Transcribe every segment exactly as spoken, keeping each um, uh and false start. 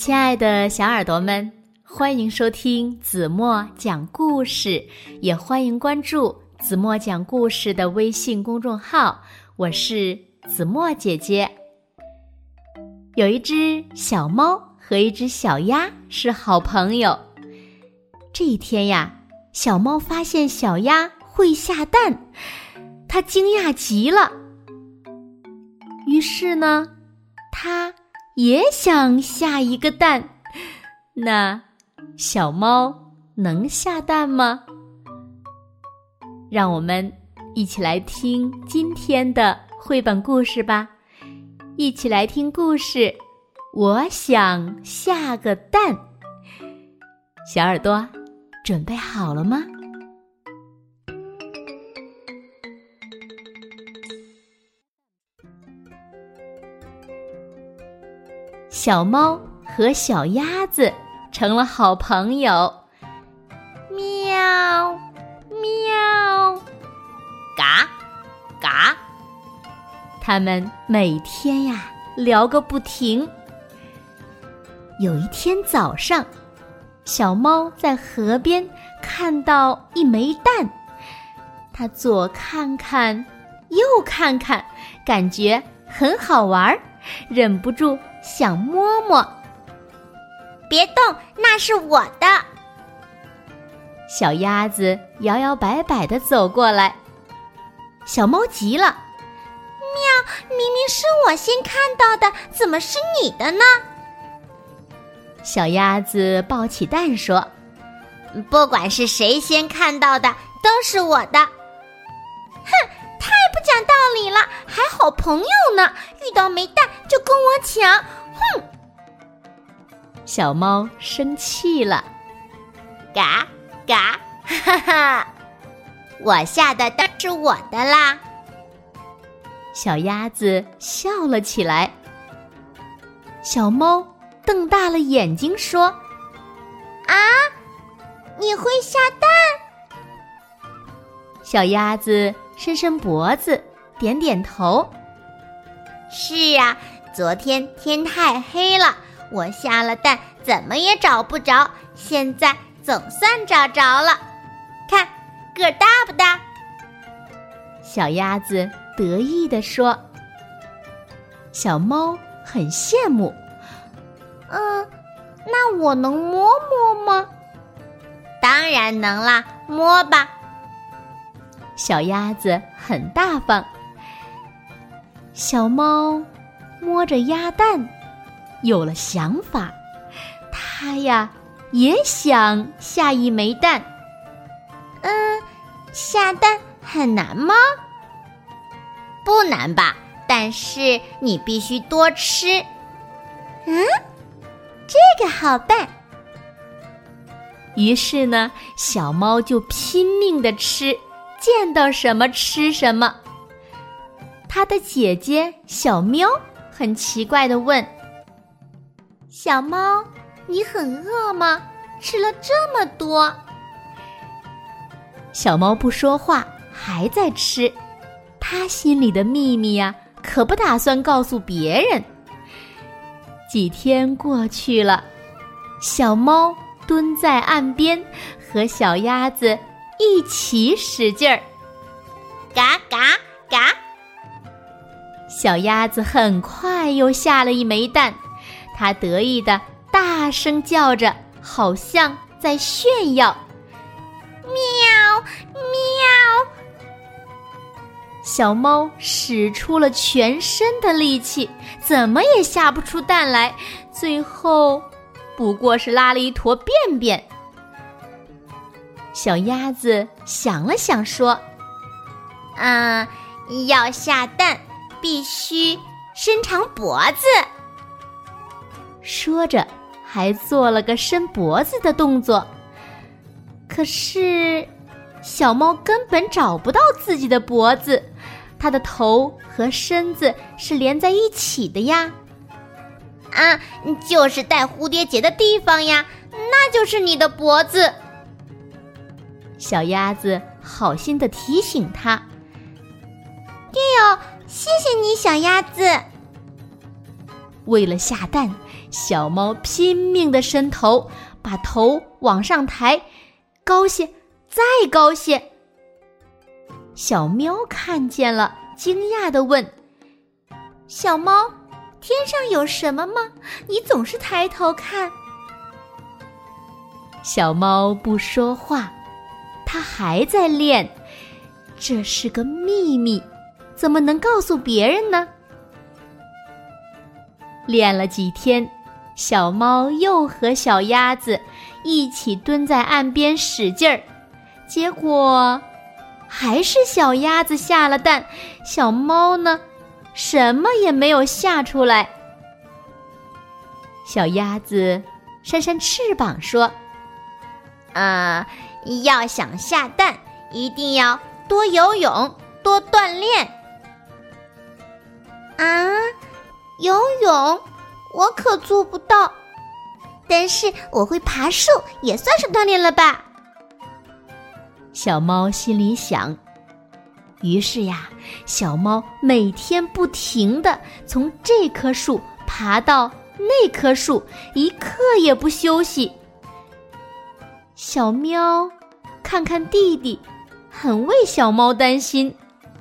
亲爱的小耳朵们，欢迎收听子墨讲故事，也欢迎关注子墨讲故事的微信公众号，我是子墨姐姐。有一只小猫和一只小鸭是好朋友。这一天呀，小猫发现小鸭会下蛋，它惊讶极了。于是呢，它也想下一个蛋。那小猫能下蛋吗？让我们一起来听今天的绘本故事吧。一起来听故事，我想下个蛋。小耳朵准备好了吗？小猫和小鸭子成了好朋友。喵喵， 嘎嘎， 他们每天呀聊个不停。有一天早上，小猫在河边看到一枚蛋，它左看看右看看，感觉很好玩，忍不住想摸摸。 别动，那是我的。 小鸭子摇摇摆摆地走过来，小猫急了， 喵，明明是我先看到的，怎么是你的呢？ 小鸭子抱起蛋说， 不管是谁先看到的，都是我的。哼，太不讲道理了，还好朋友呢，遇到没蛋就跟我抢，哼！ 小猫生气了， 嘎嘎，哈哈，我下的蛋是我的啦。 小鸭子笑了起来。小猫瞪大了眼睛说， 啊，你会下蛋？ 小鸭子伸伸脖子，点点头。 是啊，昨天天太黑了，我下了蛋，怎么也找不着，现在总算找着了。看，个儿大不大？ 小鸭子得意地说。小猫很羡慕。 嗯，那我能摸摸吗？当然能啦，摸吧。 小鸭子很大方。小猫摸着鸭蛋，有了想法，它呀也想下一枚蛋。 嗯，下蛋很难吗？不难吧，但是你必须多吃。嗯，这个好办。 于是呢，小猫就拼命地吃，见到什么吃什么。它的姐姐小喵很奇怪地问， 小猫，你很饿吗？吃了这么多。 小猫不说话，还在吃。它心里的秘密呀，可不打算告诉别人。几天过去了，小猫蹲在岸边，和小鸭子一起使劲儿， 嘎嘎嘎。 小鸭子很快又下了一枚蛋，它得意地大声叫着，好像在炫耀。 喵喵！ 小猫使出了全身的力气，怎么也下不出蛋来，最后不过是拉了一坨便便。小鸭子想了想说， 嗯，要下蛋必须伸长脖子。 说着还做了个伸脖子的动作。可是小猫根本找不到自己的脖子，它的头和身子是连在一起的呀。 啊，就是带蝴蝶结的地方呀，那就是你的脖子。 小鸭子好心地提醒它。 对哦，谢谢你，小鸭子。 为了下蛋， 小猫拼命地伸头，把头往上抬，高些，再高些。小喵看见了，惊讶地问：小猫，天上有什么吗？你总是抬头看。小猫不说话，它还在练，这是个秘密，怎么能告诉别人呢？练了几天，小猫又和小鸭子一起蹲在岸边使劲儿，结果还是小鸭子下了蛋，小猫呢，什么也没有下出来。小鸭子扇扇翅膀说： 啊、呃，要想下蛋，一定要多游泳，多锻炼。啊，游泳我可做不到，但是我会爬树，也算是锻炼了吧。 小猫心里想。于是呀，小猫每天不停地从这棵树爬到那棵树，一刻也不休息。小喵看看弟弟，很为小猫担心。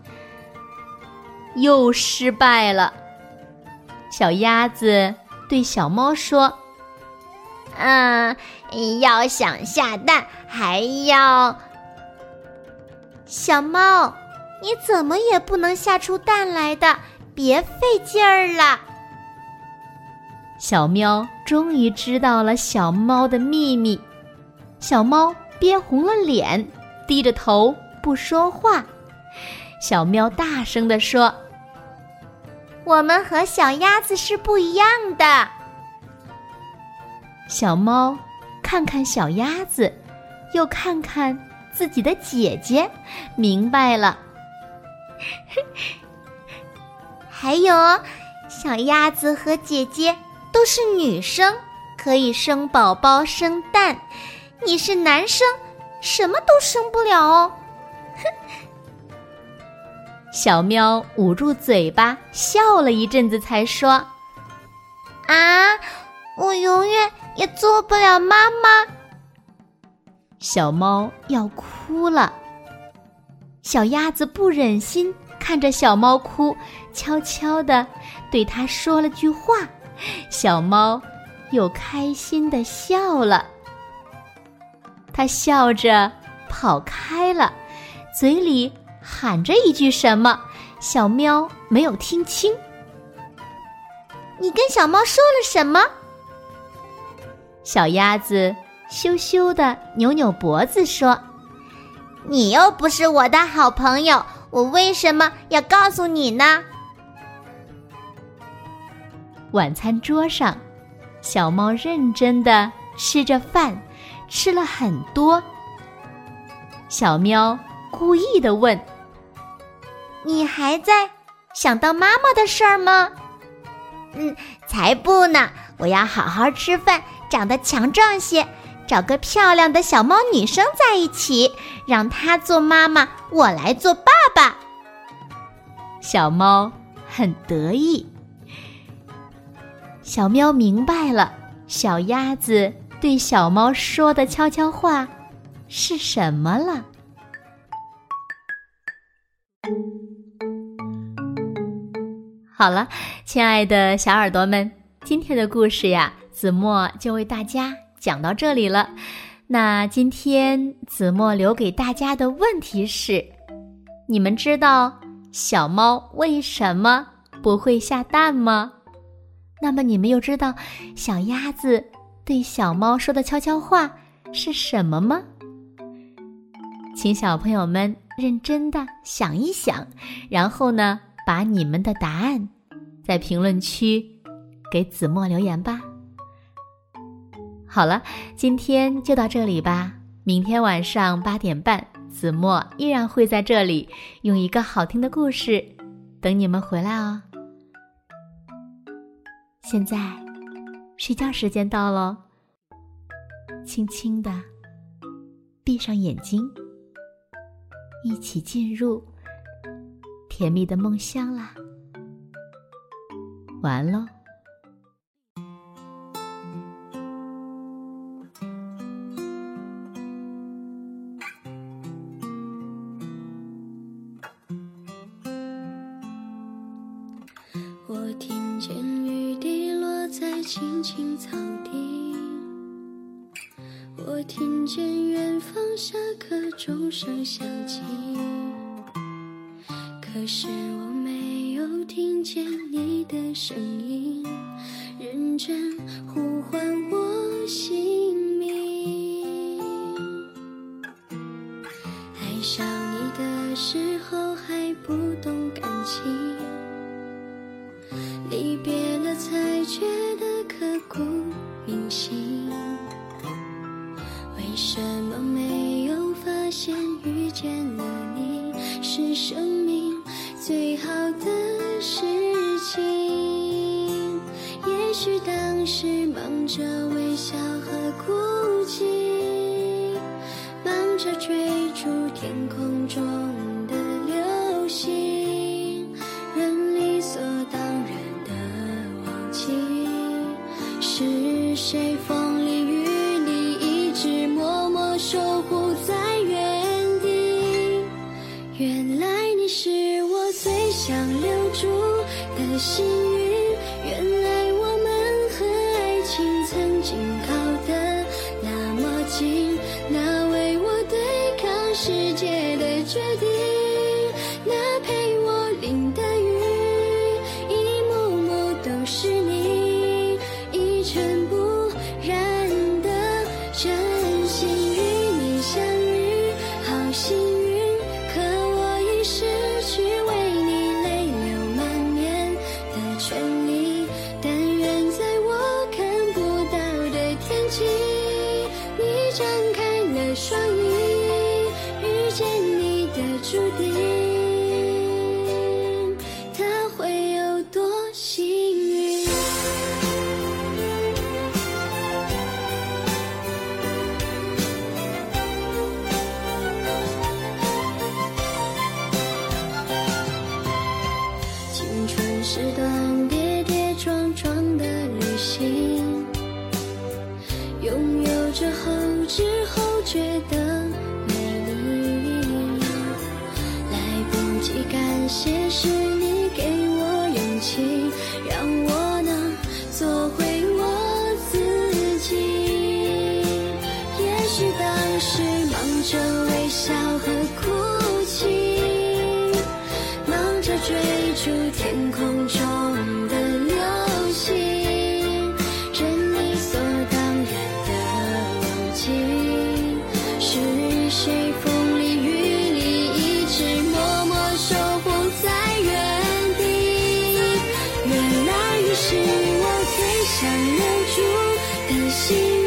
又失败了。小鸭子对小猫说： 嗯，要想下蛋，还要……小猫，你怎么也不能下出蛋来的，别费劲儿了。 小喵终于知道了小猫的秘密，小猫憋红了脸，低着头不说话。小喵大声地说： 我们和小鸭子是不一样的。 小猫看看小鸭子，又看看自己的姐姐，明白了。 还有，小鸭子和姐姐都是女生，可以生宝宝生蛋，你是男生，什么都生不了哦。 小喵捂住嘴巴笑了一阵子才说： 啊，我永远也做不了妈妈。 小猫要哭了。小鸭子不忍心看着小猫哭，悄悄地对它说了句话，小猫又开心地笑了。它笑着跑开了，嘴里喊着一句什么，小喵没有听清。 你跟小猫说了什么？ 小鸭子羞羞地扭扭脖子说： 你又不是我的好朋友，我为什么要告诉你呢？ 晚餐桌上，小猫认真地吃着饭，吃了很多。小喵故意地问： 你还在想当妈妈的事儿吗？嗯，才不呢！我要好好吃饭，长得强壮些，找个漂亮的小猫女生在一起，让她做妈妈，我来做爸爸。 小猫很得意。小喵明白了，小鸭子对小猫说的悄悄话是什么了。好了，亲爱的小耳朵们，今天的故事呀，子墨就为大家讲到这里了。那今天子墨留给大家的问题是：你们知道小猫为什么不会下蛋吗？那么你们又知道小鸭子对小猫说的悄悄话是什么吗？请小朋友们认真的想一想，然后呢，把你们的答案在评论区给子墨留言吧。好了，今天就到这里吧。明天晚上八点半，子墨依然会在这里用一个好听的故事等你们回来哦。现在睡觉时间到咯，轻轻地闭上眼睛，一起进入甜蜜的梦乡啦。晚安喽。 我听见雨滴落在青青草地，我听见远方下课钟声响起，可是我没有听见你的声音，认真呼唤我姓名。爱上你的时候还不懂感情，离别了才觉得刻骨铭心。为什么没有发现遇见了你是生命最好的事情？也许当时忙着微笑和哭泣，忙着追逐天空中的流星，人理所当然的忘记是谁风里雨里一直默默守护在原地。原来你是我最想留住的幸运，原来我们和爱情曾经靠得那么近，那为我对抗世界的决定，那陪我淋的雨，一幕幕都是你，一尘不染的真心。与你相遇好幸运，可我已失去为你泪流满面的权利。但愿在我看不到的天际，你张开了双翼，遇见你的注定，它会有多幸运。青春是段跌跌撞撞的旅行，拥有着后知后觉的美丽，来不及感谢是你给我勇气，让我能做回我自己。也许当时忙着微笑和哭泣，忙着追逐天空中的流星，人理所当然的忘记是谁风里雨里一直默默守护在原地。原来你是我最想留住的幸运，